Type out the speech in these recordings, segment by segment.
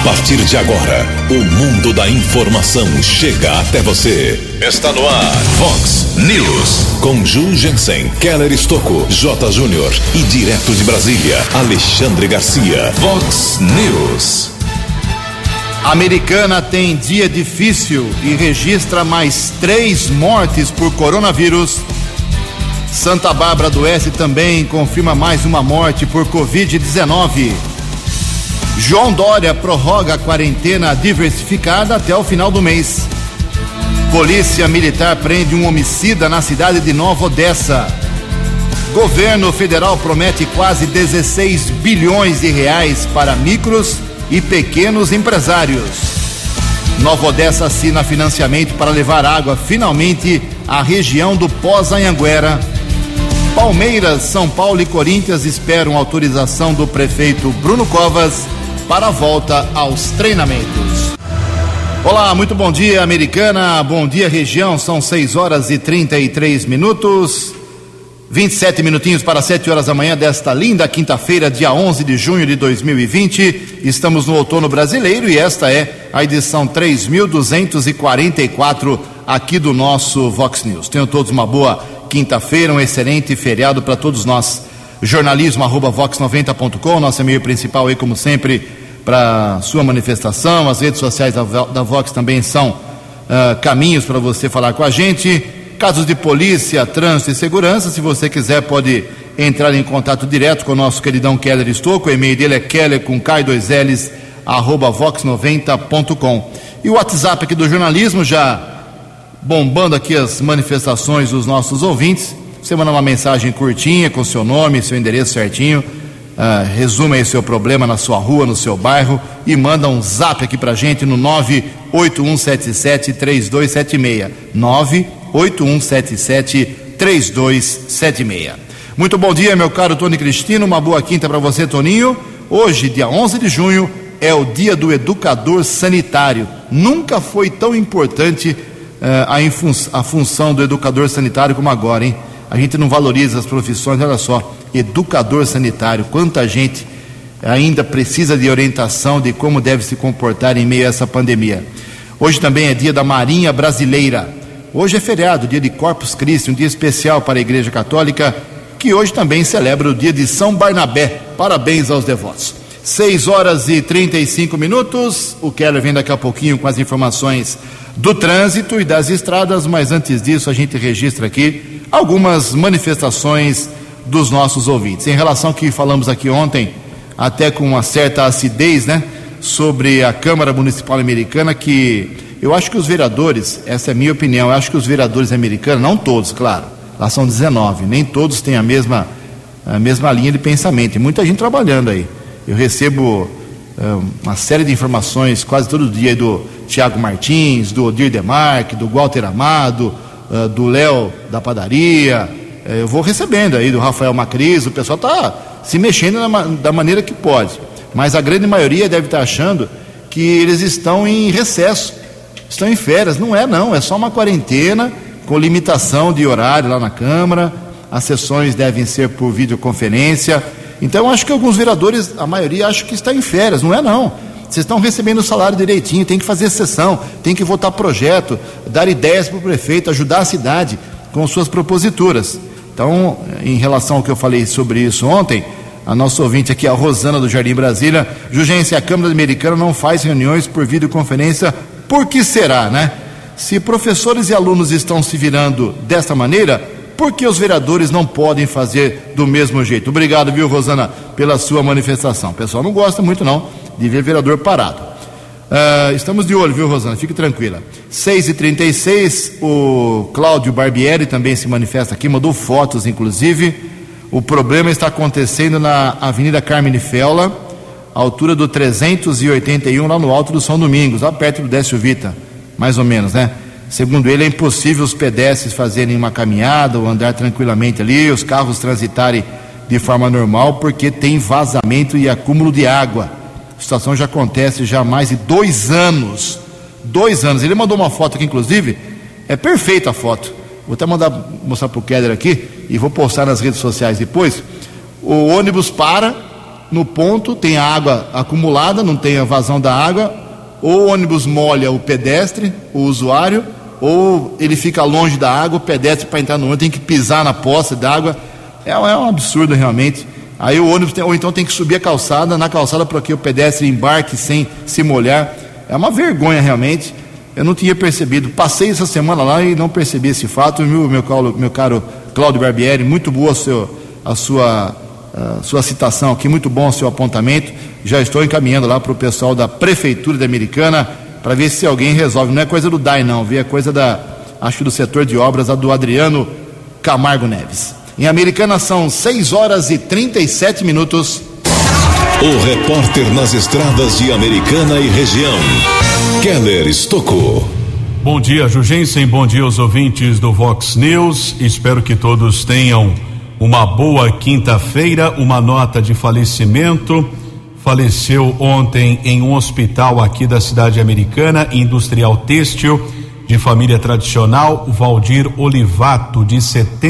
A partir de agora, o mundo da informação chega até você. Está no ar, Vox News. Com Ju Jensen, Keller Estocco, J. Júnior e direto de Brasília, Alexandre Garcia. Vox News. Americana tem dia difícil e registra mais 3 mortes por coronavírus. Santa Bárbara do Oeste também confirma mais uma morte por Covid-19. João Dória prorroga a quarentena diversificada até o final do mês. Polícia Militar prende um homicida na cidade de Nova Odessa. Governo federal promete quase 16 bilhões de reais para micros e pequenos empresários. Nova Odessa assina financiamento para levar água finalmente à região do Pós-Anhanguera. Palmeiras, São Paulo e Corinthians esperam autorização do prefeito Bruno Covas para a volta aos treinamentos. Olá, muito bom dia, Americana, bom dia, região, são 6 horas e 33 minutos, 27 minutinhos para 7 horas da manhã desta linda quinta-feira, dia 11 de junho de 2020, estamos no outono brasileiro e esta é a edição 3244 aqui do nosso Vox News. Tenham todos uma boa quinta-feira, um excelente feriado para todos nós. Jornalismo@vox90.com, nosso e-mail principal aí, como sempre, para sua manifestação. As redes sociais da Vox também são caminhos para você falar com a gente. Casos de polícia, trânsito e segurança, se você quiser pode entrar em contato direto com o nosso queridão Keller Estocco. O e-mail dele é keller com K2Ls @vox90.com. E o WhatsApp aqui do jornalismo, já bombando aqui as manifestações dos nossos ouvintes. Você manda uma mensagem curtinha com seu nome, seu endereço certinho, resume aí seu problema na sua rua, no seu bairro e manda um zap aqui pra gente no 981773276. 981773276. Muito bom dia, meu caro Tony Cristino, uma boa quinta para você, Toninho. Hoje, dia 11 de junho, é o dia do educador sanitário. Nunca foi tão importante a função do educador sanitário como agora, hein? A gente não valoriza as profissões, olha só, educador sanitário, quanta gente ainda precisa de orientação de como deve se comportar em meio a essa pandemia. Hoje também é dia da Marinha Brasileira. Hoje é feriado, dia de Corpus Christi, um dia especial para a Igreja Católica, que hoje também celebra o dia de São Barnabé. Parabéns aos devotos. 6 horas e 35 minutos, o Keller vem daqui a pouquinho com as informações do trânsito e das estradas, mas antes disso a gente registra aqui algumas manifestações dos nossos ouvintes. Em relação ao que falamos aqui ontem, até com uma certa acidez, né, sobre a Câmara Municipal Americana, que eu acho que os vereadores, essa é a minha opinião, eu acho que os vereadores americanos, não todos, claro, lá são 19, nem todos têm a mesma linha de pensamento, e muita gente trabalhando aí. Eu recebo uma série de informações quase todo dia do Tiago Martins, do Odir Demarque, do Walter Amado, do Léo da padaria, eu vou recebendo aí do Rafael Macris. O pessoal está se mexendo da maneira que pode, mas a grande maioria deve estar achando que eles estão em recesso, estão em férias. Não, é só uma quarentena com limitação de horário lá na Câmara, as sessões devem ser por videoconferência. Então acho que alguns vereadores, a maioria, acha que está em férias. Não é não, vocês estão recebendo o salário direitinho, tem que fazer sessão, tem que votar projeto, dar ideias para o prefeito, ajudar a cidade com suas proposituras. Então, em relação ao que eu falei sobre isso ontem, a nossa ouvinte aqui, a Rosana do Jardim Brasília, Jugência, a Câmara Americana não faz reuniões por videoconferência, por que será, né? Se professores e alunos estão se virando desta maneira, por que os vereadores não podem fazer do mesmo jeito? Obrigado, viu, Rosana, pela sua manifestação. O pessoal não gosta muito, não, de ver vereador parado. Estamos de olho, viu, Rosana? Fique tranquila. 6h36, o Cláudio Barbieri também se manifesta aqui, mandou fotos, inclusive. O problema está acontecendo na Avenida Carmine Fella, altura do 381, lá no alto do São Domingos, lá perto do Décio Vita, mais ou menos, né? Segundo ele, é impossível os pedestres fazerem uma caminhada ou andar tranquilamente ali, os carros transitarem de forma normal, porque tem vazamento e acúmulo de água. A situação já acontece já há mais de 2 anos. 2 anos. Ele mandou uma foto aqui, inclusive, é perfeita a foto. Vou até mostrar para o Keller aqui e vou postar nas redes sociais depois. O ônibus para, no ponto, tem a água acumulada, não tem a vazão da água, ou o ônibus molha o pedestre, o usuário, ou ele fica longe da água, o pedestre para entrar no ônibus tem que pisar na poça d'água. É um absurdo realmente. Aí o ônibus ou então tem que subir a calçada, na calçada para que o pedestre embarque sem se molhar. É uma vergonha realmente. Eu não tinha percebido, passei essa semana lá e não percebi esse fato. Meu caro Cláudio Barbieri, muito boa a sua citação aqui, muito bom o seu apontamento. Já estou encaminhando lá para o pessoal da Prefeitura da Americana para ver se alguém resolve. Não é coisa do DAI não, é coisa acho do setor de obras, a do Adriano Camargo Neves. Em Americana são 6h37. O repórter nas estradas de Americana e região, Keller Estocou. Bom dia, Jugensen, bom dia aos ouvintes do Vox News. Espero que todos tenham uma boa quinta-feira. Uma nota de falecimento: faleceu ontem em um hospital aqui da cidade americana, industrial têxtil, de família tradicional, Valdir Olivato, de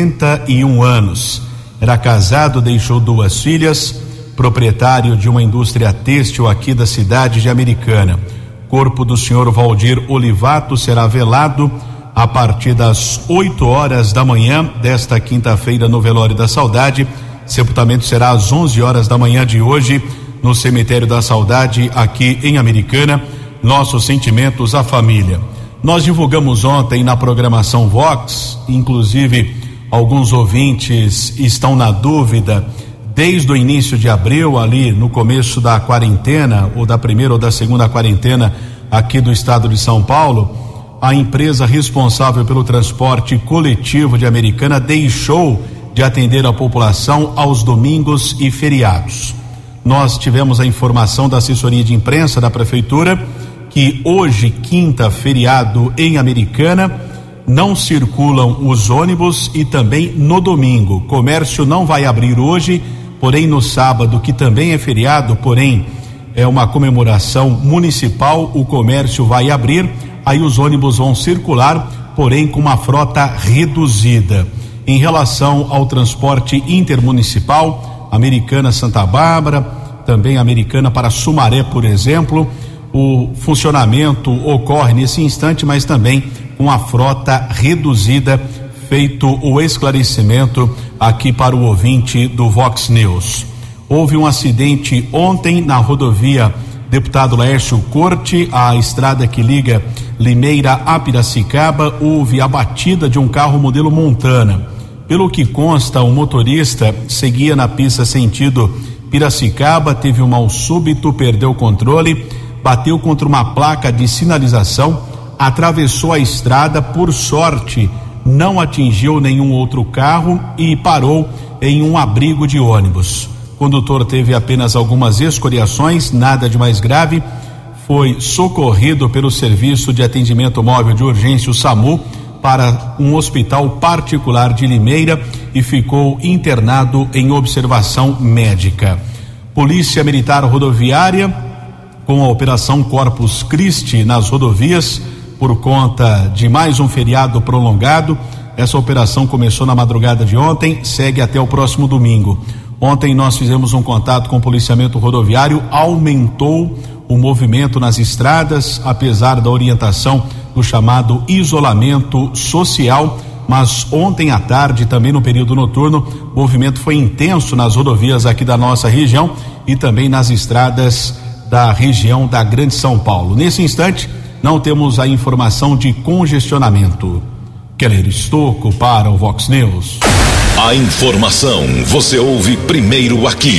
71 anos. Era casado, deixou 2 filhas, proprietário de uma indústria têxtil aqui da cidade de Americana. Corpo do senhor Valdir Olivato será velado a partir das 8 horas da manhã desta quinta-feira no Velório da Saudade. Sepultamento será às 11 horas da manhã de hoje no Cemitério da Saudade aqui em Americana. Nossos sentimentos à família. Nós divulgamos ontem na programação Vox, inclusive alguns ouvintes estão na dúvida, desde o início de abril, ali no começo da quarentena, ou da primeira ou da segunda quarentena aqui do estado de São Paulo, a empresa responsável pelo transporte coletivo de Americana deixou de atender a população aos domingos e feriados. Nós tivemos a informação da assessoria de imprensa da prefeitura que hoje, quinta, feriado em Americana, não circulam os ônibus e também no domingo. O comércio não vai abrir hoje, porém no sábado, que também é feriado, porém é uma comemoração municipal, o comércio vai abrir, aí os ônibus vão circular, porém com uma frota reduzida. Em relação ao transporte intermunicipal, Americana Santa Bárbara, também Americana para Sumaré, por exemplo, o funcionamento ocorre nesse instante, mas também com a frota reduzida, feito o esclarecimento aqui para o ouvinte do Vox News. Houve um acidente ontem na rodovia Deputado Laércio Corte, a estrada que liga Limeira a Piracicaba. Houve a batida de um carro modelo Montana. Pelo que consta, o motorista seguia na pista sentido Piracicaba, teve um mal súbito, perdeu o controle, bateu contra uma placa de sinalização, atravessou a estrada, por sorte não atingiu nenhum outro carro e parou em um abrigo de ônibus. O condutor teve apenas algumas escoriações, nada de mais grave, foi socorrido pelo Serviço de Atendimento Móvel de Urgência, o SAMU, para um hospital particular de Limeira e ficou internado em observação médica. Polícia Militar Rodoviária, com a Operação Corpus Christi nas rodovias, por conta de mais um feriado prolongado. Essa operação começou na madrugada de ontem, segue até o próximo domingo. Ontem nós fizemos um contato com o policiamento rodoviário, aumentou o movimento nas estradas, apesar da orientação do chamado isolamento social, mas ontem à tarde, também no período noturno, o movimento foi intenso nas rodovias aqui da nossa região e também nas estradas da região da Grande São Paulo. Nesse instante, não temos a informação de congestionamento. Keller Estocou para o Vox News. A informação você ouve primeiro aqui.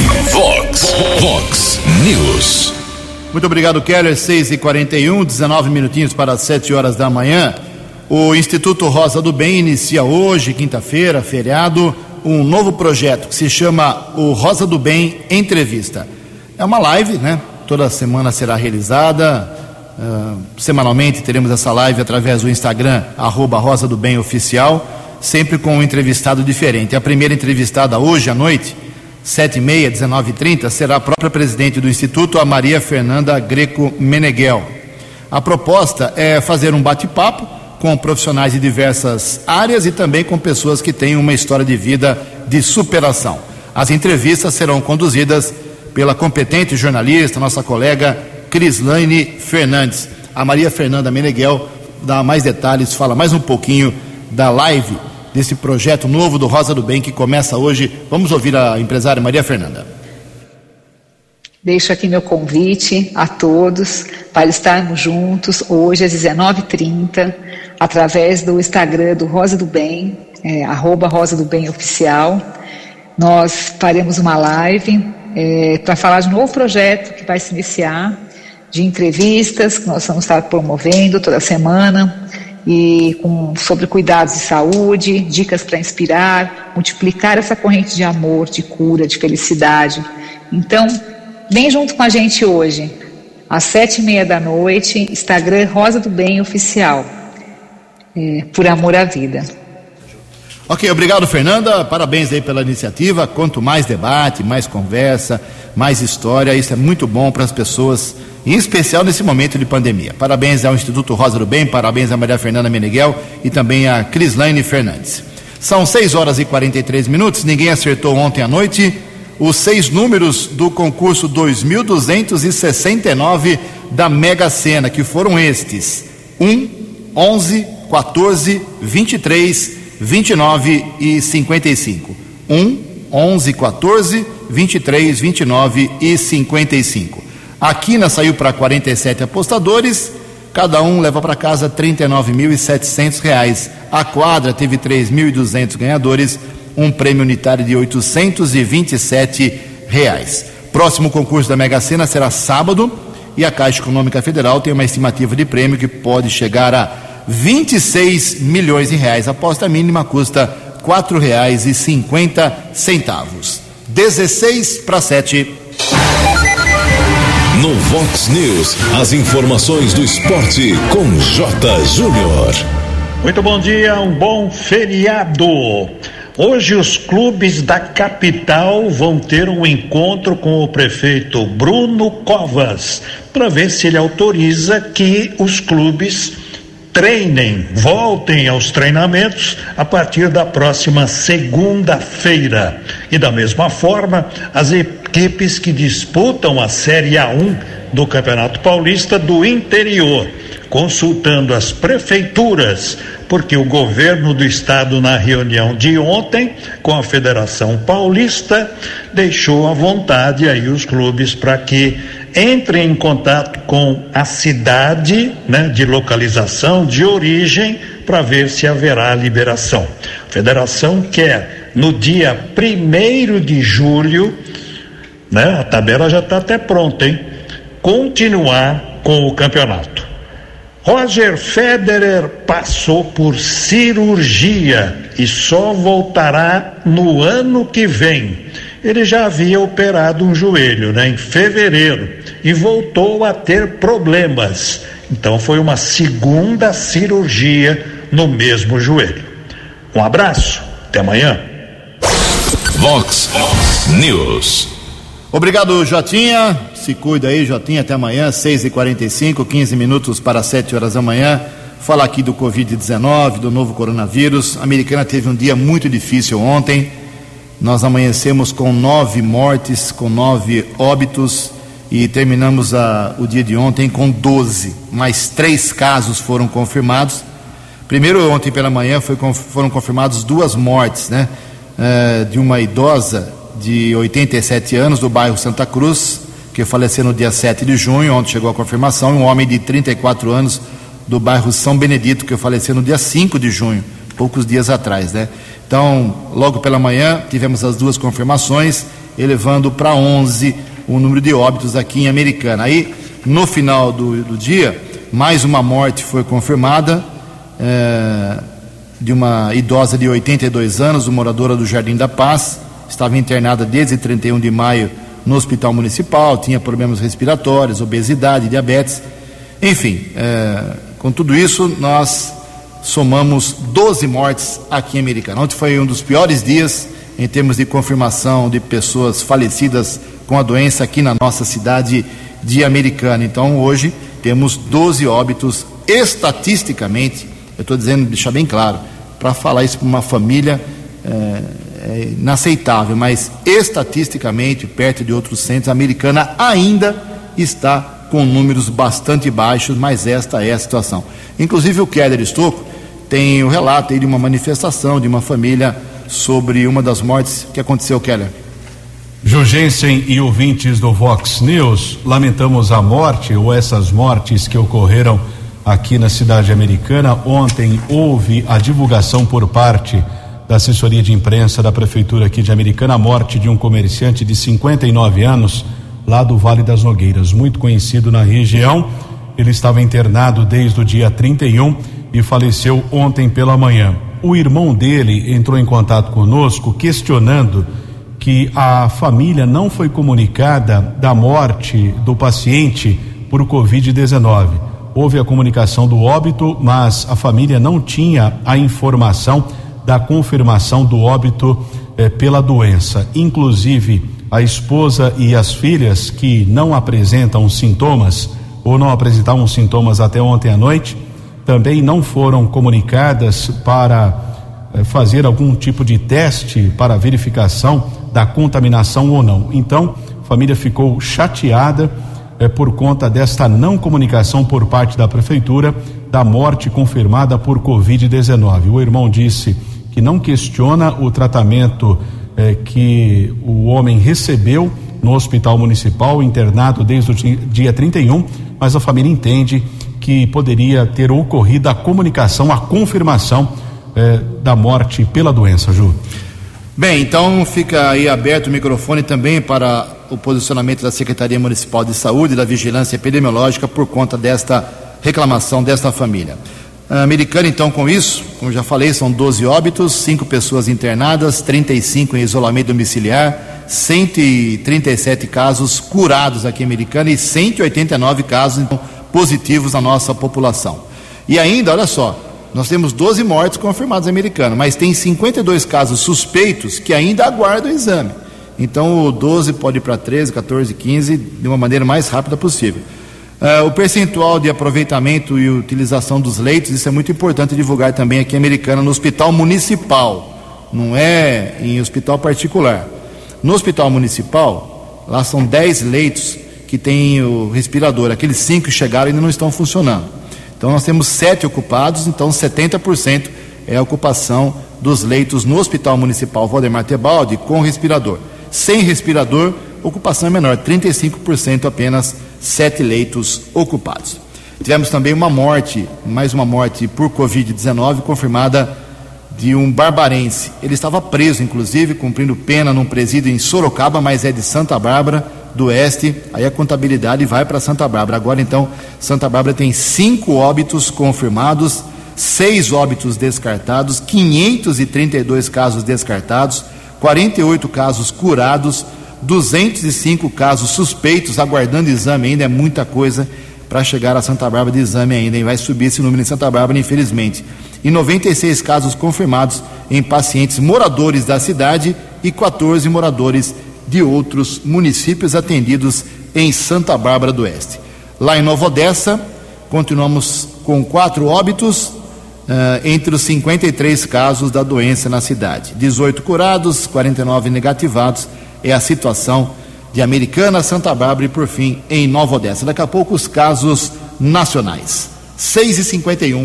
Vox News. Muito obrigado, Keller. 6h41, 19 minutinhos para as 7 horas da manhã. O Instituto Rosa do Bem inicia hoje, quinta-feira, feriado, um novo projeto que se chama o Rosa do Bem Entrevista. É uma live, né? Toda semana será realizada, semanalmente teremos essa live através do Instagram, @Rosa do Bem Oficial, sempre com um entrevistado diferente. A primeira entrevistada hoje à noite, 7h30, 19h30, será a própria presidente do Instituto, a Maria Fernanda Greco Meneghel. A proposta é fazer um bate-papo com profissionais de diversas áreas e também com pessoas que têm uma história de vida de superação. As entrevistas serão conduzidas pela competente jornalista, nossa colega Crislaine Fernandes. A Maria Fernanda Meneghel dá mais detalhes, fala mais um pouquinho da live desse projeto novo do Rosa do Bem que começa hoje. Vamos ouvir a empresária Maria Fernanda. Deixo aqui meu convite a todos para estarmos juntos hoje às 19h30, através do Instagram do Rosa do Bem, @Rosa do Bem Oficial. Nós faremos uma live para falar de um novo projeto que vai se iniciar, de entrevistas que nós vamos estar promovendo toda semana, e sobre cuidados de saúde, dicas para inspirar, multiplicar essa corrente de amor, de cura, de felicidade. Então, vem junto com a gente hoje, às 7h30 Instagram Rosa do Bem Oficial, por amor à vida. Ok, obrigado, Fernanda, parabéns aí pela iniciativa. Quanto mais debate, mais conversa, mais história, isso é muito bom para as pessoas, em especial nesse momento de pandemia. Parabéns ao Instituto Rosa do Bem, parabéns a Maria Fernanda Meneghel e também a Crislaine Fernandes. São 6h43, ninguém acertou ontem à noite os 6 números do concurso 2.269 da Mega Sena, que foram estes: 1, 11, 14, 23, 29 e 55. 1, 11, 14, 23, 29 e 55. A quina saiu para 47 apostadores, cada um leva para casa R$ 39.700. A quadra teve 3.200 ganhadores, um prêmio unitário de R$ 827. Próximo concurso da Mega Sena será sábado e a Caixa Econômica Federal tem uma estimativa de prêmio que pode chegar a R$26 milhões. A aposta mínima custa R$ 4,50. 6:16. No Vox News, as informações do esporte com J. Júnior. Muito bom dia, um bom feriado. Hoje os clubes da capital vão ter um encontro com o prefeito Bruno Covas para ver se ele autoriza que os clubes voltem aos treinamentos a partir da próxima segunda-feira. E da mesma forma, as equipes que disputam a Série A1 do Campeonato Paulista do interior, consultando as prefeituras, porque o governo do estado, na reunião de ontem com a Federação Paulista, deixou à vontade aí os clubes para que entrem em contato com a cidade, de localização, de origem, para ver se haverá liberação. A federação quer, no dia 1º de julho, a tabela já está até pronta, continuar com o campeonato. Roger Federer passou por cirurgia e só voltará no ano que vem. Ele já havia operado um joelho, em fevereiro, e voltou a ter problemas. Então foi uma segunda cirurgia no mesmo joelho. Um abraço, até amanhã. Vox News. Obrigado, Jotinha. Se cuida aí, Jotinha. Até amanhã, 6h45, 15 minutos para 7 horas da manhã. Falar aqui do Covid-19, do novo coronavírus. A Americana teve um dia muito difícil ontem. Nós amanhecemos com 9 mortes, com 9 óbitos e terminamos o dia de ontem com 12. Mais 3 casos foram confirmados. Primeiro, ontem pela manhã foram confirmadas 2 mortes, de uma idosa de 87 anos do bairro Santa Cruz, que faleceu no dia 7 de junho, ontem chegou a confirmação, e um homem de 34 anos do bairro São Benedito, que faleceu no dia 5 de junho, poucos dias atrás, Então, logo pela manhã, tivemos as 2 confirmações, elevando para 11 o número de óbitos aqui em Americana. Aí, no final do dia, mais uma morte foi confirmada, de uma idosa de 82 anos, moradora do Jardim da Paz, estava internada desde 31 de maio no Hospital Municipal, tinha problemas respiratórios, obesidade, diabetes, enfim, com tudo isso, nós somamos 12 mortes aqui em Americana. Ontem foi um dos piores dias em termos de confirmação de pessoas falecidas com a doença aqui na nossa cidade de Americana. Então hoje temos 12 óbitos. Estatisticamente, eu estou dizendo, deixar bem claro, para falar isso para uma família inaceitável, mas estatisticamente, perto de outros centros, a Americana ainda está com números bastante baixos, mas esta é a situação. Inclusive o Keller Estocco tem o relato aí de uma manifestação de uma família sobre uma das mortes que aconteceu, Keller. Jugensen e ouvintes do Vox News, lamentamos a morte ou essas mortes que ocorreram aqui na cidade americana. Ontem houve a divulgação por parte da assessoria de imprensa da prefeitura aqui de Americana, a morte de um comerciante de 59 anos lá do Vale das Nogueiras, muito conhecido na região. Ele estava internado desde o dia 31 e faleceu ontem pela manhã. O irmão dele entrou em contato conosco questionando que a família não foi comunicada da morte do paciente por Covid-19. Houve a comunicação do óbito, mas a família não tinha a informação da confirmação do óbito pela doença. Inclusive, a esposa e as filhas que não apresentam sintomas ou não apresentavam sintomas até ontem à noite também não foram comunicadas para fazer algum tipo de teste para verificação da contaminação ou não. Então, a família ficou chateada por conta desta não comunicação por parte da prefeitura da morte confirmada por Covid-19. O irmão disse que não questiona o tratamento que o homem recebeu no hospital municipal, internado desde o dia 31, mas a família entende que poderia ter ocorrido a comunicação, a confirmação da morte pela doença, Ju. Bem, então fica aí aberto o microfone também para o posicionamento da Secretaria Municipal de Saúde e da Vigilância Epidemiológica por conta desta reclamação desta família. Americana, então, com isso, como já falei, são 12 óbitos, 5 pessoas internadas, 35 em isolamento domiciliar, 137 casos curados aqui em Americana e 189 casos então, positivos na nossa população. E ainda, olha só, nós temos 12 mortes confirmadas em Americana, mas tem 52 casos suspeitos que ainda aguardam o exame. Então o 12 pode ir para 13, 14, 15 de uma maneira mais rápida possível. O percentual de aproveitamento e utilização dos leitos, isso é muito importante divulgar também aqui em Americana, no hospital municipal, não é em hospital particular. No hospital municipal, lá são 10 leitos que tem o respirador, aqueles 5 que chegaram ainda não estão funcionando. Então nós temos 7 ocupados, então 70% é a ocupação dos leitos no Hospital Municipal Valdemar Tebaldi com respirador. Sem respirador, ocupação é menor, 35% apenas, 7 leitos ocupados. Tivemos também uma morte, mais uma morte por Covid-19 confirmada de um barbarense. Ele estava preso, inclusive, cumprindo pena num presídio em Sorocaba, mas é de Santa Bárbara do Oeste, aí a contabilidade vai para Santa Bárbara. Agora então, Santa Bárbara tem 5 óbitos confirmados, 6 óbitos descartados, 532 casos descartados, 48 casos curados, 205 casos suspeitos, aguardando exame ainda, é muita coisa para chegar a Santa Bárbara de exame ainda, e vai subir esse número em Santa Bárbara, infelizmente. E 96 casos confirmados em pacientes moradores da cidade e 14 moradores de outros municípios atendidos em Santa Bárbara do Oeste. Lá em Nova Odessa, continuamos com 4 óbitos entre os 53 casos da doença na cidade. 18 curados, 49 negativados, é a situação de Americana, Santa Bárbara e, por fim, em Nova Odessa. Daqui a pouco, os casos nacionais. 6h51.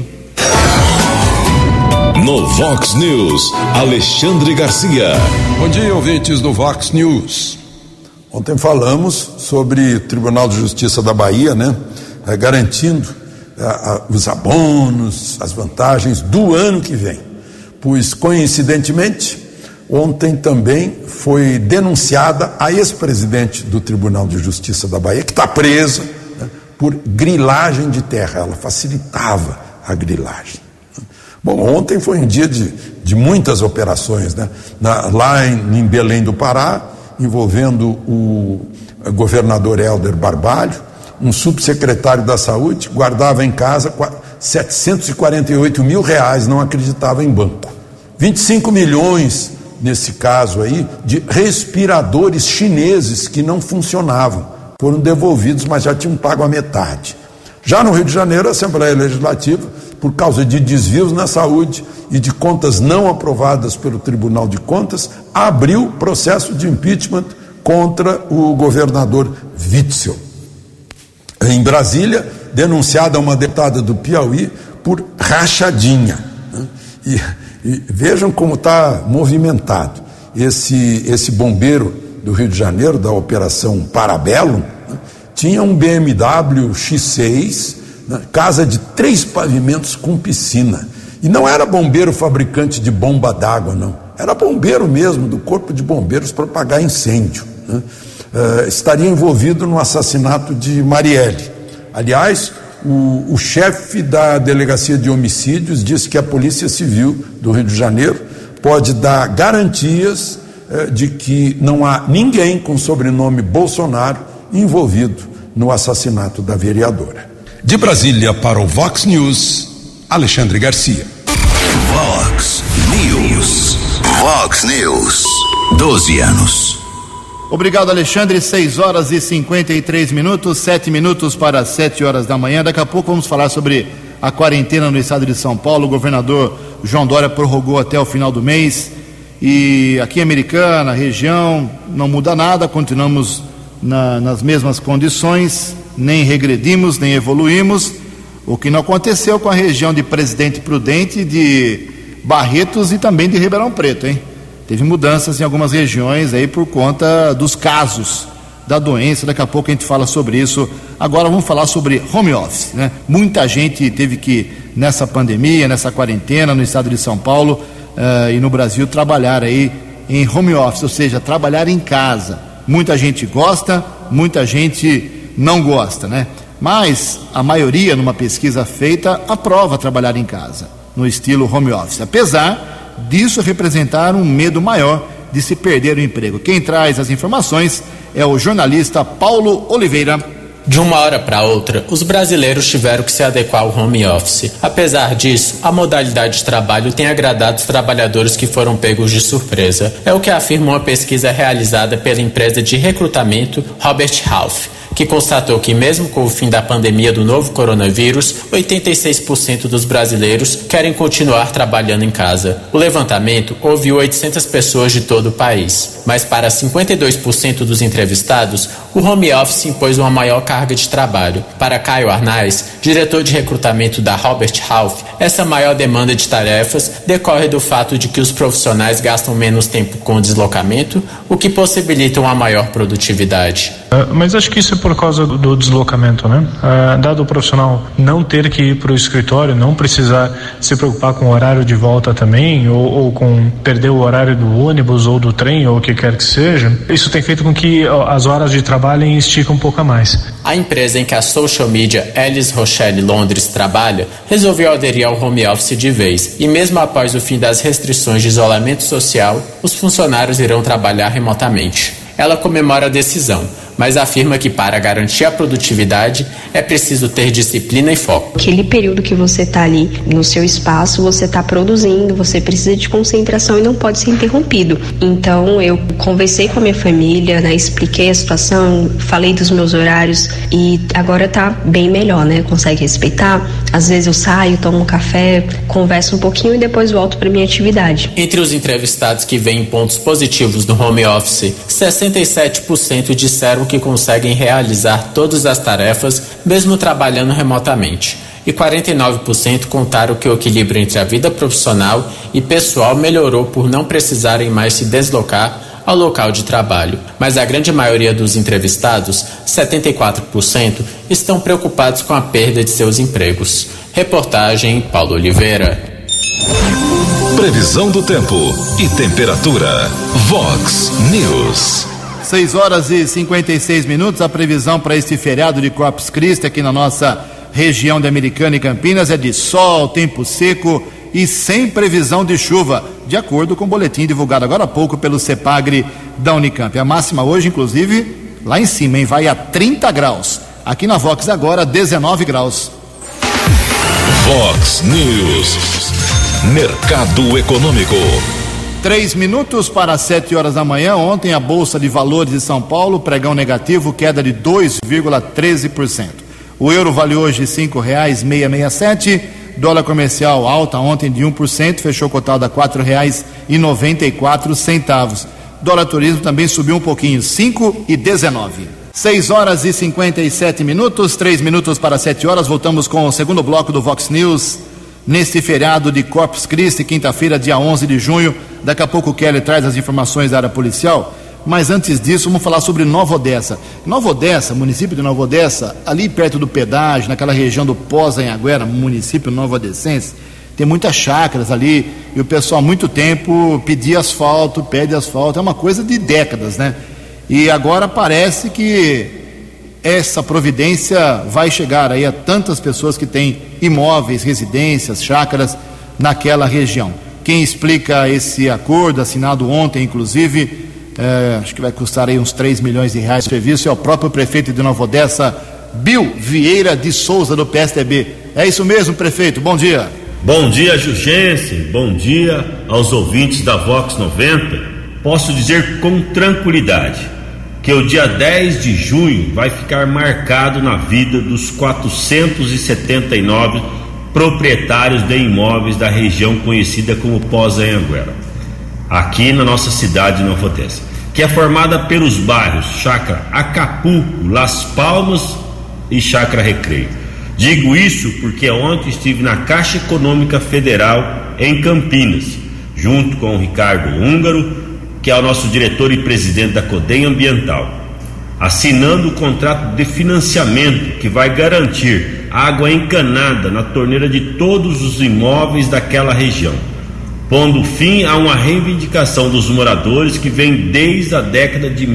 No Vox News, Alexandre Garcia. Bom dia, ouvintes do Vox News. Ontem falamos sobre o Tribunal de Justiça da Bahia, né? Garantindo os abonos, as vantagens do ano que vem. Pois, coincidentemente, ontem também foi denunciada a ex-presidente do Tribunal de Justiça da Bahia, que está presa, né, por grilagem de terra. Ela facilitava a grilagem. Bom, ontem foi um dia de muitas operações, né? Lá em Belém do Pará, envolvendo o governador Helder Barbalho, um subsecretário da Saúde, guardava em casa 748 mil reais, não acreditava em banco. 25 milhões, nesse caso aí, de respiradores chineses que não funcionavam. Foram devolvidos, mas já tinham pago a metade. Já no Rio de Janeiro, a Assembleia Legislativa, por causa de desvios na saúde e de contas não aprovadas pelo Tribunal de Contas, abriu processo de impeachment contra o governador Witzel. Em Brasília, denunciada uma deputada do Piauí por rachadinha. E vejam como está movimentado. Esse bombeiro do Rio de Janeiro, da Operação Parabellum, tinha um BMW X6, casa de 3 pavimentos com piscina. E não era bombeiro fabricante de bomba d'água, não. Era bombeiro mesmo, do Corpo de Bombeiros, para apagar incêndio. Estaria envolvido no assassinato de Marielle. Aliás, o chefe da Delegacia de Homicídios disse que a Polícia Civil do Rio de Janeiro pode dar garantias de que não há ninguém com sobrenome Bolsonaro envolvido no assassinato da vereadora. De Brasília para o Vox News, Alexandre Garcia. Vox News. Vox News. 12 anos. Obrigado, Alexandre. 6 horas e 53 minutos, 7 minutos para 7 horas da manhã. Daqui a pouco vamos falar sobre a quarentena no estado de São Paulo. O governador João Dória prorrogou até o final do mês. E aqui em Americana, região, não muda nada, continuamos nas mesmas condições, nem regredimos, nem evoluímos. O que não aconteceu com a região de Presidente Prudente, de Barretos e também de Ribeirão Preto, hein? Teve mudanças em algumas regiões aí por conta dos casos da doença. Daqui a pouco a gente fala sobre isso. Agora vamos falar sobre home office, né? Muita gente teve que, nessa pandemia, nessa quarentena, no estado de São Paulo e no Brasil, trabalhar aí em home office, ou seja, trabalhar em casa. Muita gente gosta, muita gente não gosta, né? Mas a maioria, numa pesquisa feita, aprova trabalhar em casa, no estilo home office, apesar disso representar um medo maior de se perder o emprego. Quem traz as informações é o jornalista Paulo Oliveira. De uma hora para outra, os brasileiros tiveram que se adequar ao home office. Apesar disso, a modalidade de trabalho tem agradado os trabalhadores que foram pegos de surpresa. É o que afirma uma pesquisa realizada pela empresa de recrutamento Robert Half, que constatou que mesmo com o fim da pandemia do novo coronavírus, 86% dos brasileiros querem continuar trabalhando em casa. O levantamento ouviu 800 pessoas de todo o país, mas para 52% dos entrevistados, o home office impôs uma maior carga de trabalho. Para Caio Arnaz, diretor de recrutamento da Robert Half, essa maior demanda de tarefas decorre do fato de que os profissionais gastam menos tempo com o deslocamento, o que possibilita uma maior produtividade. Mas acho que isso é por causa do deslocamento, né? Dado o profissional não ter que ir para o escritório, não precisar se preocupar com o horário de volta também, ou com perder o horário do ônibus ou do trem, ou o que quer que seja, isso tem feito com que as horas de trabalho estiquem um pouco a mais. A empresa em que a social media Ellis Rochelle Londres trabalha resolveu aderir ao home office de vez, e mesmo após o fim das restrições de isolamento social, os funcionários irão trabalhar remotamente. Ela comemora a decisão, mas afirma que para garantir a produtividade é preciso ter disciplina e foco. Aquele período que você está ali no seu espaço, você está produzindo, você precisa de concentração e não pode ser interrompido. Então eu conversei com a minha família, né, expliquei a situação, falei dos meus horários e agora está bem melhor, né? Consegue respeitar. Às vezes eu saio, tomo um café, converso um pouquinho e depois volto para minha atividade. Entre os entrevistados que veem pontos positivos no home office, 67% disseram que conseguem realizar todas as tarefas mesmo trabalhando remotamente. E 49% contaram que o equilíbrio entre a vida profissional e pessoal melhorou por não precisarem mais se deslocar ao local de trabalho. Mas a grande maioria dos entrevistados, 74%, estão preocupados com a perda de seus empregos. Reportagem Paulo Oliveira. Previsão do tempo e temperatura. Vox News. 6 horas e 56 minutos. A previsão para este feriado de Corpus Christi aqui na nossa região de Americana e Campinas é de sol, tempo seco e sem previsão de chuva, de acordo com o boletim divulgado agora há pouco pelo CEPAGRE da Unicamp. A máxima hoje, inclusive, lá em cima, hein, vai a 30 graus. Aqui na Vox agora, 19 graus. Vox News. Mercado Econômico. 3 minutos para 7 horas da manhã. Ontem a Bolsa de Valores de São Paulo, pregão negativo, queda de 2,13%. O euro vale hoje R$ 5,667. Dólar comercial alta ontem de 1%, fechou cotado a R$ 4,94. Dólar turismo também subiu um pouquinho, 5,19. 6 horas e 57 minutos, 3 minutos para 7 horas. Voltamos com o segundo bloco do Vox News neste feriado de Corpus Christi, quinta-feira, dia 11 de junho. Daqui a pouco o Kelly traz as informações da área policial. Mas antes disso, vamos falar sobre Nova Odessa. Nova Odessa, município de Nova Odessa, ali perto do pedágio, naquela região do Pós-Anhanguera, município novoodessense, tem muitas chácaras ali, e o pessoal há muito tempo pede asfalto, é uma coisa de décadas, né? E agora parece que essa providência vai chegar aí a tantas pessoas que têm imóveis, residências, chácaras naquela região. Quem explica esse acordo, assinado ontem, inclusive, acho que vai custar aí uns 3 milhões de reais de serviço, é o próprio prefeito de Nova Odessa, Bill Vieira de Souza, do PSDB. É isso mesmo, prefeito, bom dia. Bom dia, Jugensen, bom dia aos ouvintes da Vox 90. Posso dizer com tranquilidade que o dia 10 de junho vai ficar marcado na vida dos 479 proprietários de imóveis da região conhecida como Pós-Anhanguera, aqui na nossa cidade de Nova Odessa, que é formada pelos bairros Chácara Acapulco, Las Palmas e Chácara Recreio. Digo isso porque ontem estive na Caixa Econômica Federal em Campinas, junto com o Ricardo Húngaro, que é o nosso diretor e presidente da Codem Ambiental, assinando o contrato de financiamento que vai garantir água encanada na torneira de todos os imóveis daquela região, pondo fim a uma reivindicação dos moradores que vem desde a década de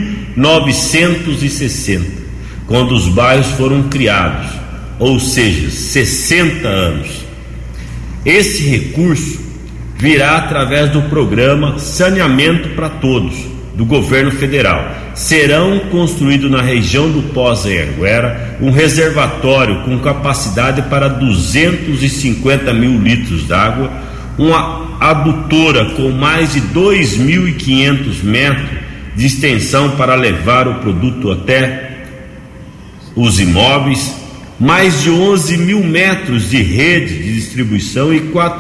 1960, quando os bairros foram criados, ou seja, 60 anos. Esse recurso virá através do programa Saneamento para Todos, do governo federal. Serão construídos na região do Pós-Anhanguera um reservatório com capacidade para 250 mil litros d'água, uma adutora com mais de 2.500 metros de extensão para levar o produto até os imóveis, mais de 11 mil metros de rede de distribuição e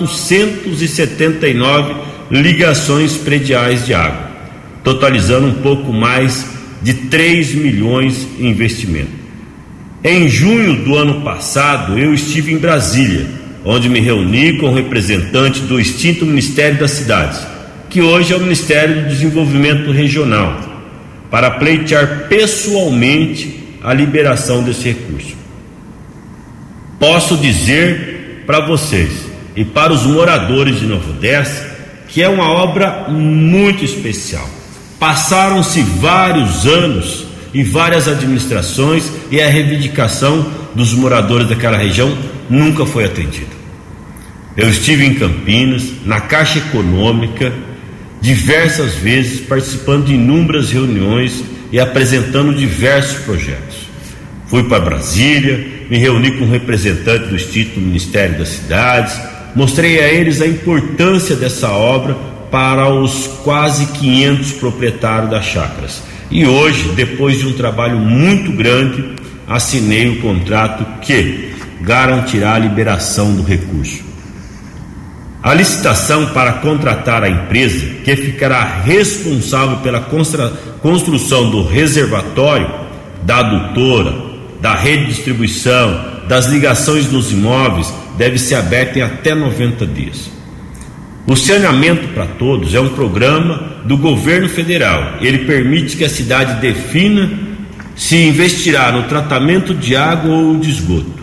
479 ligações prediais de água, totalizando um pouco mais de 3 milhões em investimento. Em junho do ano passado, eu estive em Brasília, onde me reuni com representantes do extinto Ministério das Cidades, que hoje é o Ministério do Desenvolvimento Regional, para pleitear pessoalmente a liberação desse recurso. Posso dizer para vocês e para os moradores de Nova Odessa que é uma obra muito especial. Passaram-se vários anos e várias administrações e a reivindicação dos moradores daquela região nunca foi atendida. Eu estive em Campinas, na Caixa Econômica, diversas vezes, participando de inúmeras reuniões e apresentando diversos projetos. Fui para Brasília, me reuni com um representante do Instituto Ministério das Cidades, mostrei a eles a importância dessa obra para os quase 500 proprietários das chácaras. E hoje, depois de um trabalho muito grande, assinei o contrato que garantirá a liberação do recurso. A licitação para contratar a empresa que ficará responsável pela construção do reservatório, da adutora, da rede de distribuição, das ligações dos imóveis, deve ser aberta em até 90 dias. O Saneamento para Todos é um programa do governo federal. Ele permite que a cidade defina se investirá no tratamento de água ou de esgoto.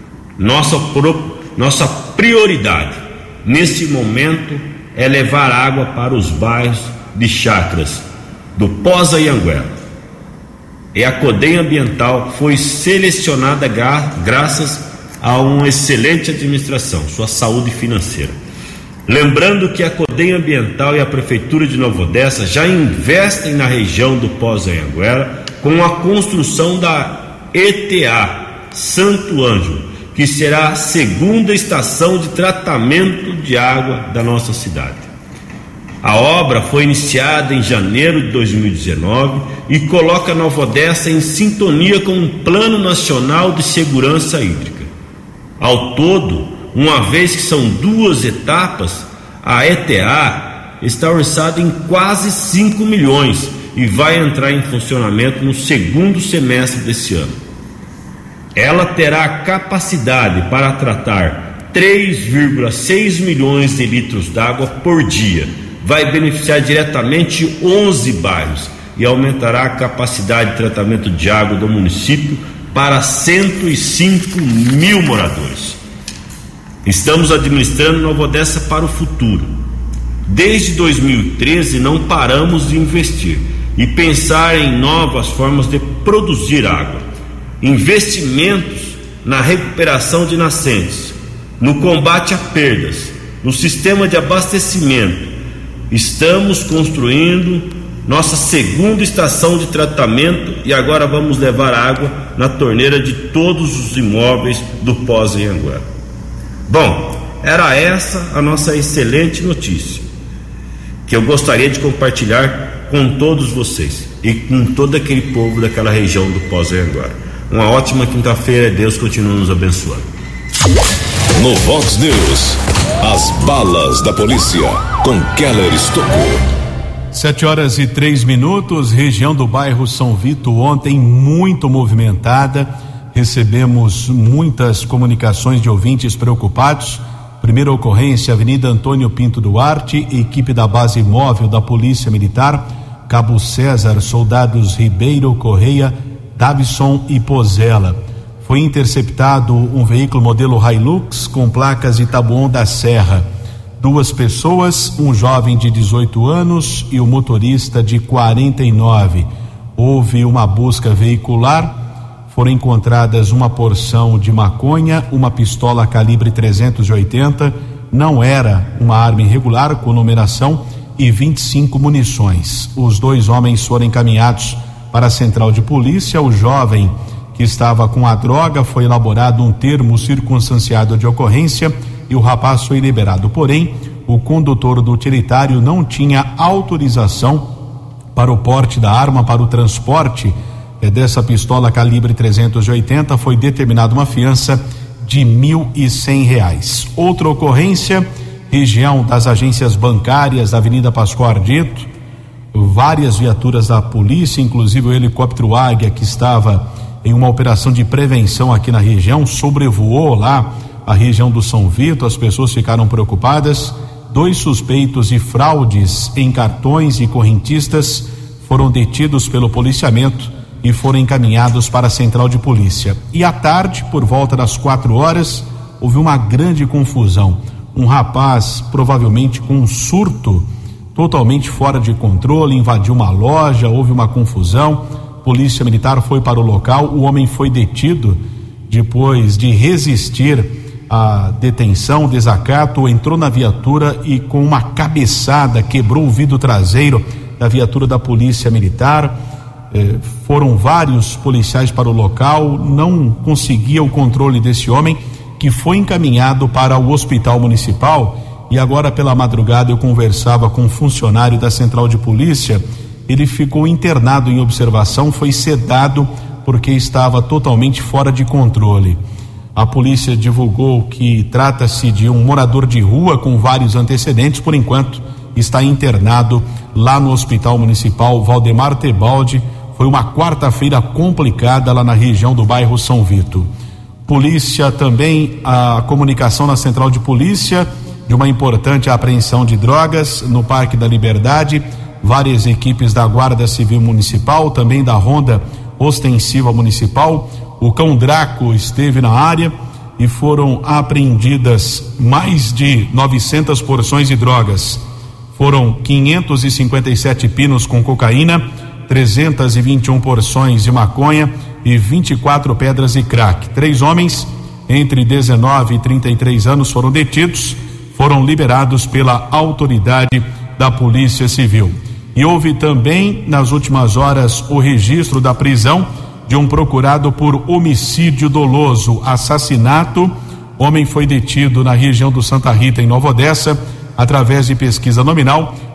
Nossa prioridade nesse momento é levar água para os bairros de chácaras do Pós-Anhanguera. E a Codem Ambiental foi selecionada graças a uma excelente administração, sua saúde financeira. Lembrando que a Codem Ambiental e a Prefeitura de Nova Odessa já investem na região do Pós-Anhanguera com a construção da ETA Santo Ângelo, que será a segunda estação de tratamento de água da nossa cidade. A obra foi iniciada em janeiro de 2019 e coloca Nova Odessa em sintonia com um Plano Nacional de Segurança Hídrica. Ao todo, uma vez que são 2 etapas, a ETA está orçada em quase 5 milhões e vai entrar em funcionamento no segundo semestre desse ano. Ela terá capacidade para tratar 3,6 milhões de litros d'água por dia. Vai beneficiar diretamente 11 bairros e aumentará a capacidade de tratamento de água do município para 105 mil moradores. Estamos administrando Nova Odessa para o futuro. Desde 2013 não paramos de investir e pensar em novas formas de produzir água. Investimentos na recuperação de nascentes, no combate a perdas, no sistema de abastecimento. Estamos construindo nossa segunda estação de tratamento e agora vamos levar água na torneira de todos os imóveis do Pós-Anhanguera. Bom, era essa a nossa excelente notícia, que eu gostaria de compartilhar com todos vocês e com todo aquele povo daquela região do Pós-Anhanguera. Uma ótima quinta-feira, Deus continue nos abençoando. No Vox News, as balas da polícia com Keller Estocou. 7h03, região do bairro São Vito ontem muito movimentada. Recebemos muitas comunicações de ouvintes preocupados. Primeira ocorrência, Avenida Antônio Pinto Duarte, equipe da base móvel da Polícia Militar, Cabo César, soldados Ribeiro, Correia, Davison e Pozella. Foi interceptado um veículo modelo Hilux com placas Itabuão da Serra. 2 pessoas, um jovem de 18 anos e o motorista de 49. Houve uma busca veicular, foram encontradas uma porção de maconha, uma pistola calibre 380, não era uma arma irregular com numeração, e 25 munições. Os 2 homens foram encaminhados para a central de polícia. O jovem que estava com a droga, foi elaborado um termo circunstanciado de ocorrência e o rapaz foi liberado. Porém, o condutor do utilitário não tinha autorização para o porte da arma, para o transporte dessa pistola calibre 380. Foi determinada uma fiança de R$1.100. Outra ocorrência, região das agências bancárias da Avenida Pascoal Ardito, várias viaturas da polícia, inclusive o helicóptero Águia, que estava em uma operação de prevenção aqui na região, sobrevoou lá a região do São Vito. As pessoas ficaram preocupadas. 2 suspeitos de fraudes em cartões e correntistas foram detidos pelo policiamento e foram encaminhados para a central de polícia. E à tarde, por volta das 4h, houve uma grande confusão. Um rapaz, provavelmente com um surto totalmente fora de controle, invadiu uma loja, houve uma confusão. Polícia Militar foi para o local, o homem foi detido depois de resistir à detenção, desacato, entrou na viatura e com uma cabeçada quebrou o vidro traseiro da viatura da Polícia Militar. Foram vários policiais para o local, não conseguia o controle desse homem, que foi encaminhado para o hospital municipal. E agora pela madrugada eu conversava com um funcionário da central de polícia. Ele ficou internado em observação, foi sedado porque estava totalmente fora de controle. A polícia divulgou que trata-se de um morador de rua com vários antecedentes. Por enquanto está internado lá no Hospital Municipal Valdemar Tebaldi. Foi uma quarta-feira complicada lá na região do bairro São Vito. Polícia também, a comunicação na central de polícia de uma importante apreensão de drogas no Parque da Liberdade. Várias equipes da Guarda Civil Municipal, também da Ronda Ostensiva Municipal. O Cão Draco esteve na área e foram apreendidas mais de 900 porções de drogas. Foram 557 pinos com cocaína, 321 porções de maconha e 24 pedras de crack. 3 homens entre 19 e 33 anos foram detidos, foram liberados pela autoridade da Polícia Civil. E houve também, nas últimas horas, o registro da prisão de um procurado por homicídio doloso, assassinato. O homem foi detido na região do Santa Rita, em Nova Odessa. Através de pesquisa nominal,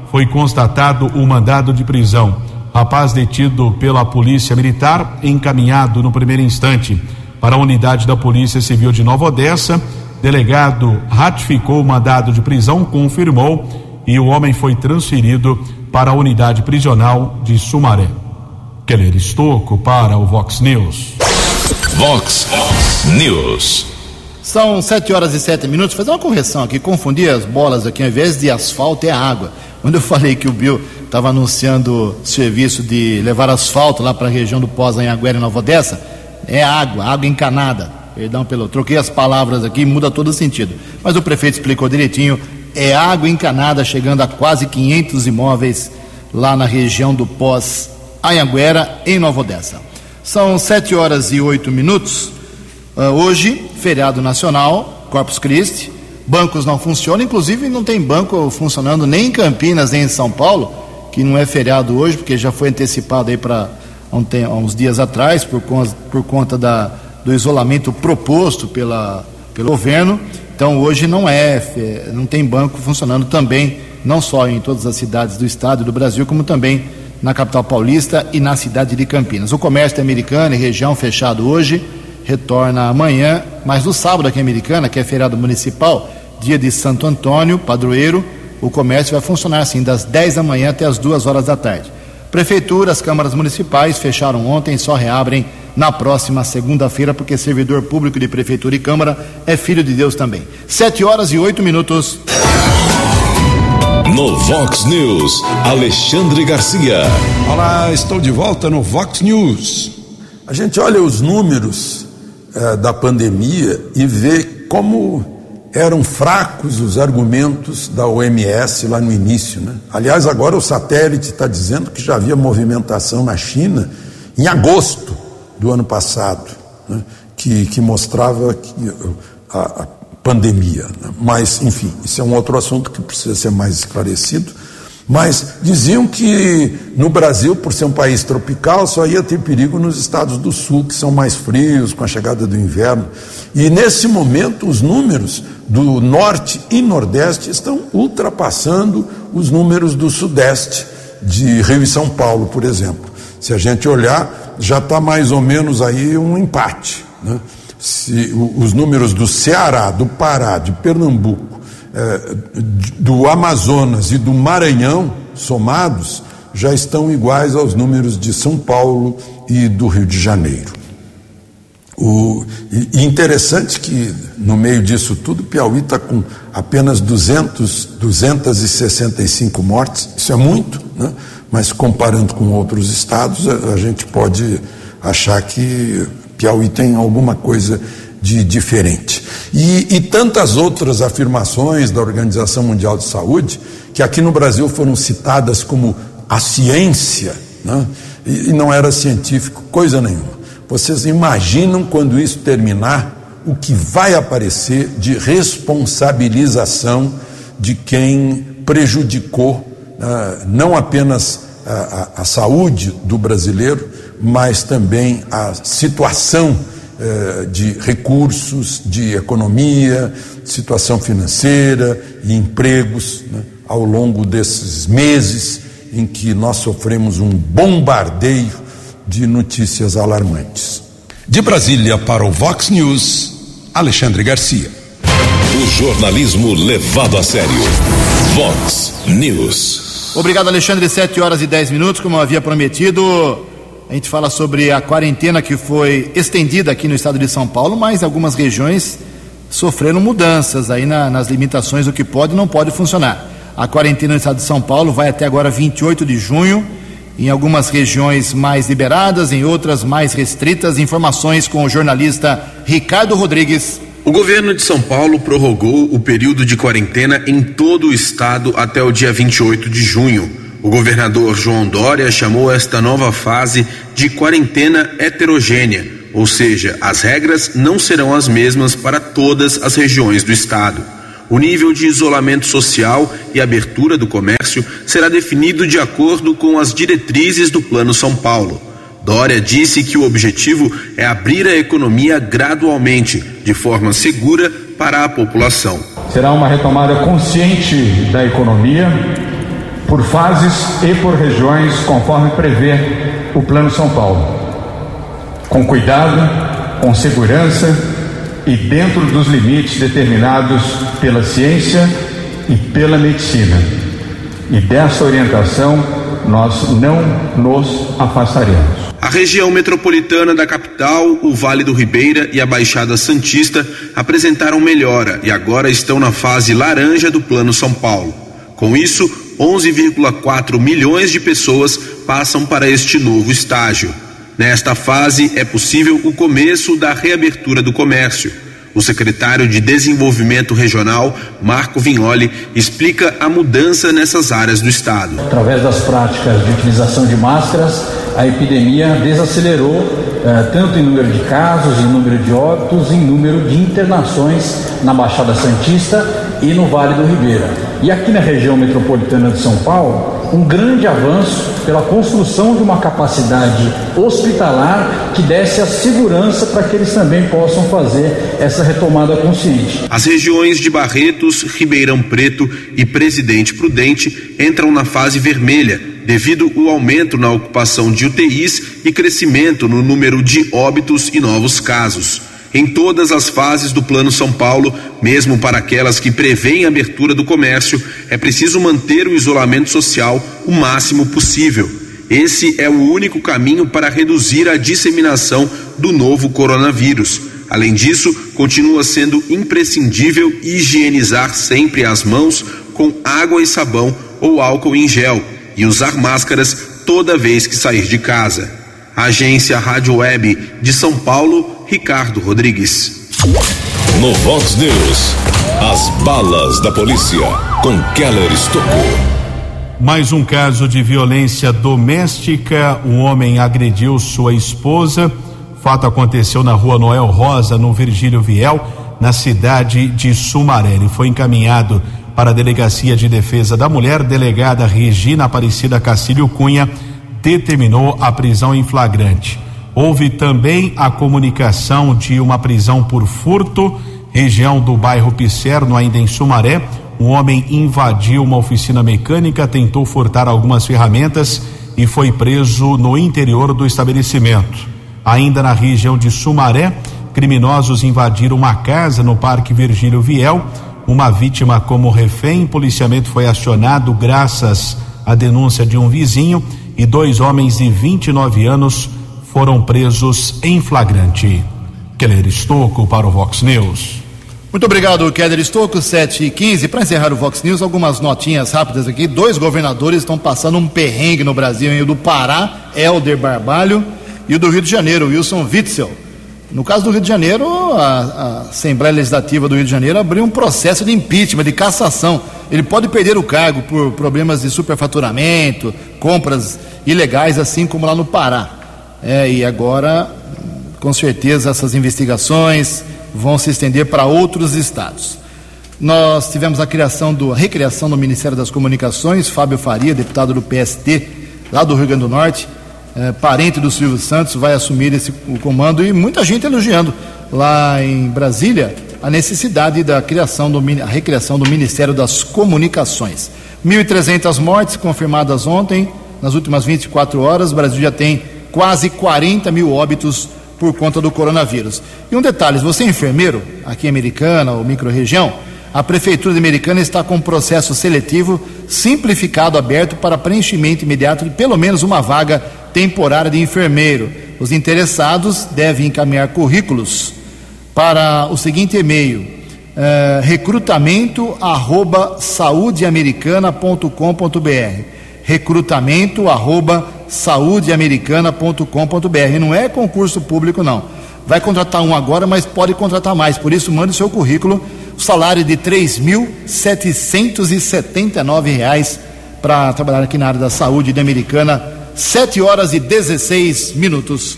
foi constatado o mandado de prisão. Rapaz detido pela Polícia Militar, encaminhado no primeiro instante para a unidade da Polícia Civil de Nova Odessa. Delegado ratificou o mandado de prisão, confirmou, e o homem foi transferido para a unidade prisional de Sumaré. Keller Estocco para o Vox News. Vox News. São 7h07. Fazer uma correção aqui, confundi as bolas aqui, ao invés de asfalto é água. Quando eu falei que o Bill estava anunciando serviço de levar asfalto lá para a região do Pós-Anhanguera em Nova Odessa, é água encanada. Perdão troquei as palavras aqui, muda todo o sentido. Mas o prefeito explicou direitinho, é água encanada chegando a quase 500 imóveis lá na região do Pós-Anhanguera em Nova Odessa. São 7h08. Hoje, feriado nacional, Corpus Christi, bancos não funcionam, inclusive não tem banco funcionando nem em Campinas, nem em São Paulo, que não é feriado hoje, porque já foi antecipado aí para uns dias atrás, por conta do isolamento proposto pelo governo. Então hoje não tem banco funcionando também, não só em todas as cidades do estado e do Brasil, como também na capital paulista e na cidade de Campinas. O comércio da Americana e região fechado hoje, retorna amanhã, mas no sábado aqui em Americana, que é feriado municipal, dia de Santo Antônio, padroeiro, o comércio vai funcionar assim, das 10 da manhã até as 2 horas da tarde. Prefeitura, as câmaras municipais fecharam ontem, só reabrem na próxima segunda-feira, porque servidor público de prefeitura e câmara é filho de Deus também. 7h08. No Vox News, Alexandre Garcia. Olá, estou de volta no Vox News. A gente olha os números da pandemia e vê como eram fracos os argumentos da OMS lá no início, né? Aliás, agora o satélite está dizendo que já havia movimentação na China em agosto do ano passado, né? que mostrava a pandemia, né? Mas, enfim, isso é um outro assunto que precisa ser mais esclarecido. Mas diziam que no Brasil, por ser um país tropical, só ia ter perigo nos estados do sul, que são mais frios, com a chegada do inverno. E nesse momento, os números do norte e nordeste estão ultrapassando os números do sudeste, de Rio e São Paulo, por exemplo. Se a gente olhar, já está mais ou menos aí um empate, né? Os números do Ceará, do Pará, de Pernambuco, do Amazonas e do Maranhão, somados, já estão iguais aos números de São Paulo e do Rio de Janeiro. E interessante que, no meio disso tudo, Piauí está com apenas 265 mortes. Isso é muito, né? Mas comparando com outros estados, a gente pode achar que Piauí tem alguma coisa de diferente. E tantas outras afirmações da Organização Mundial de Saúde, que aqui no Brasil foram citadas como a ciência, né? E não era científico coisa nenhuma. Vocês imaginam, quando isso terminar, o que vai aparecer de responsabilização de quem prejudicou não apenas a saúde do brasileiro, mas também a situação de recursos, de economia, situação financeira e empregos, né, ao longo desses meses em que nós sofremos um bombardeio de notícias alarmantes. De Brasília para o Vox News, Alexandre Garcia. O jornalismo levado a sério. Vox News. Obrigado, Alexandre. 7h10, como eu havia prometido. A gente fala sobre a quarentena que foi estendida aqui no estado de São Paulo, mas algumas regiões sofreram mudanças aí nas limitações do que pode e não pode funcionar. A quarentena no estado de São Paulo vai até agora 28 de junho, em algumas regiões mais liberadas, em outras mais restritas. Informações com o jornalista Ricardo Rodrigues. O governo de São Paulo prorrogou o período de quarentena em todo o estado até o dia 28 de junho. O governador João Dória chamou esta nova fase de quarentena heterogênea, ou seja, as regras não serão as mesmas para todas as regiões do estado. O nível de isolamento social e abertura do comércio será definido de acordo com as diretrizes do Plano São Paulo. Dória disse que o objetivo é abrir a economia gradualmente, de forma segura para a população. Será uma retomada consciente da economia, por fases e por regiões, conforme prevê o Plano São Paulo, com cuidado, com segurança e dentro dos limites determinados pela ciência e pela medicina. E dessa orientação nós não nos afastaremos. A região metropolitana da capital, o Vale do Ribeira e a Baixada Santista apresentaram melhora e agora estão na fase laranja do Plano São Paulo. Com isso, 11,4 milhões de pessoas passam para este novo estágio. Nesta fase, é possível o começo da reabertura do comércio. O secretário de Desenvolvimento Regional, Marco Vignoli, explica a mudança nessas áreas do estado. Através das práticas de utilização de máscaras, a epidemia desacelerou tanto em número de casos, em número de óbitos, em número de internações na Baixada Santista e no Vale do Ribeira. E aqui na região metropolitana de São Paulo, um grande avanço pela construção de uma capacidade hospitalar que desse a segurança para que eles também possam fazer essa retomada consciente. As regiões de Barretos, Ribeirão Preto e Presidente Prudente entram na fase vermelha, devido ao aumento na ocupação de UTIs e crescimento no número de óbitos e novos casos. Em todas as fases do Plano São Paulo, mesmo para aquelas que prevêem a abertura do comércio, é preciso manter o isolamento social o máximo possível. Esse é o único caminho para reduzir a disseminação do novo coronavírus. Além disso, continua sendo imprescindível higienizar sempre as mãos com água e sabão ou álcool em gel e usar máscaras toda vez que sair de casa. Agência Rádio Web de São Paulo, Ricardo Rodrigues. No Vox News, as balas da polícia com Keller Estocou. Mais um caso de violência doméstica. Um homem agrediu sua esposa. O fato aconteceu na rua Noel Rosa, no Virgílio Viel, na cidade de Sumaré. Ele foi encaminhado para a Delegacia de Defesa da Mulher. Delegada Regina Aparecida Cacílio Cunha determinou a prisão em flagrante. Houve também a comunicação de uma prisão por furto, região do bairro Picerno, ainda em Sumaré. Um homem invadiu uma oficina mecânica, tentou furtar algumas ferramentas e foi preso no interior do estabelecimento. Ainda na região de Sumaré, criminosos invadiram uma casa no Parque Virgílio Viel. Uma vítima como refém. Policiamento foi acionado graças à denúncia de um vizinho e 2 homens de 29 anos foram presos em flagrante. Keller Estocco para o Vox News. Muito obrigado, Keller Estocco, 7h15. Para encerrar o Vox News, algumas notinhas rápidas aqui. 2 governadores estão passando um perrengue no Brasil, hein? O do Pará, Helder Barbalho, e o do Rio de Janeiro, Wilson Witzel. No caso do Rio de Janeiro, a Assembleia Legislativa do Rio de Janeiro abriu um processo de impeachment, de cassação. Ele pode perder o cargo por problemas de superfaturamento, compras ilegais, assim como lá no Pará. E agora, com certeza, essas investigações vão se estender para outros estados. Nós tivemos a recriação do Ministério das Comunicações. Fábio Faria, deputado do PST, lá do Rio Grande do Norte, parente do Silvio Santos, vai assumir o comando, e muita gente elogiando lá em Brasília a necessidade da recriação do Ministério das Comunicações. 1.300 mortes confirmadas ontem. Nas últimas 24 horas, o Brasil já tem quase 40 mil óbitos por conta do coronavírus. E um detalhe, se você é enfermeiro aqui em Americana ou microrregião, a Prefeitura de Americana está com um processo seletivo simplificado aberto para preenchimento imediato de pelo menos uma vaga temporária de enfermeiro. Os interessados devem encaminhar currículos para o seguinte e-mail: recrutamento@saudeamericana.com.br. recrutamento@saudeamericana.com.br. Não é concurso público, não. Vai contratar um agora, mas pode contratar mais. Por isso, mande o seu currículo. O salário de R$ 3.779 para trabalhar aqui na área da saúde de Americana. 7h16.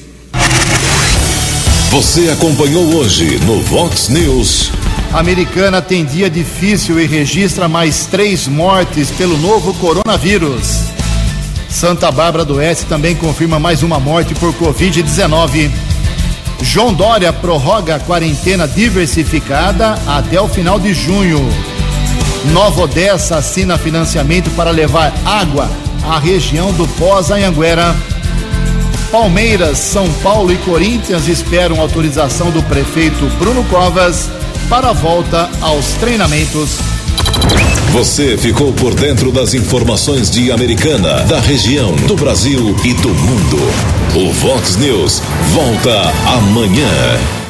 Você acompanhou hoje no Vox News. Americana tem dia difícil e registra mais 3 mortes pelo novo coronavírus. Santa Bárbara do Oeste também confirma mais uma morte por Covid-19. João Dória prorroga a quarentena diversificada até o final de junho. Nova Odessa assina financiamento para levar água à região do Pós-Anhanguera. Palmeiras, São Paulo e Corinthians esperam autorização do prefeito Bruno Covas para a volta aos treinamentos. Você ficou por dentro das informações de Americana, da região, do Brasil e do mundo. O Vox News volta amanhã.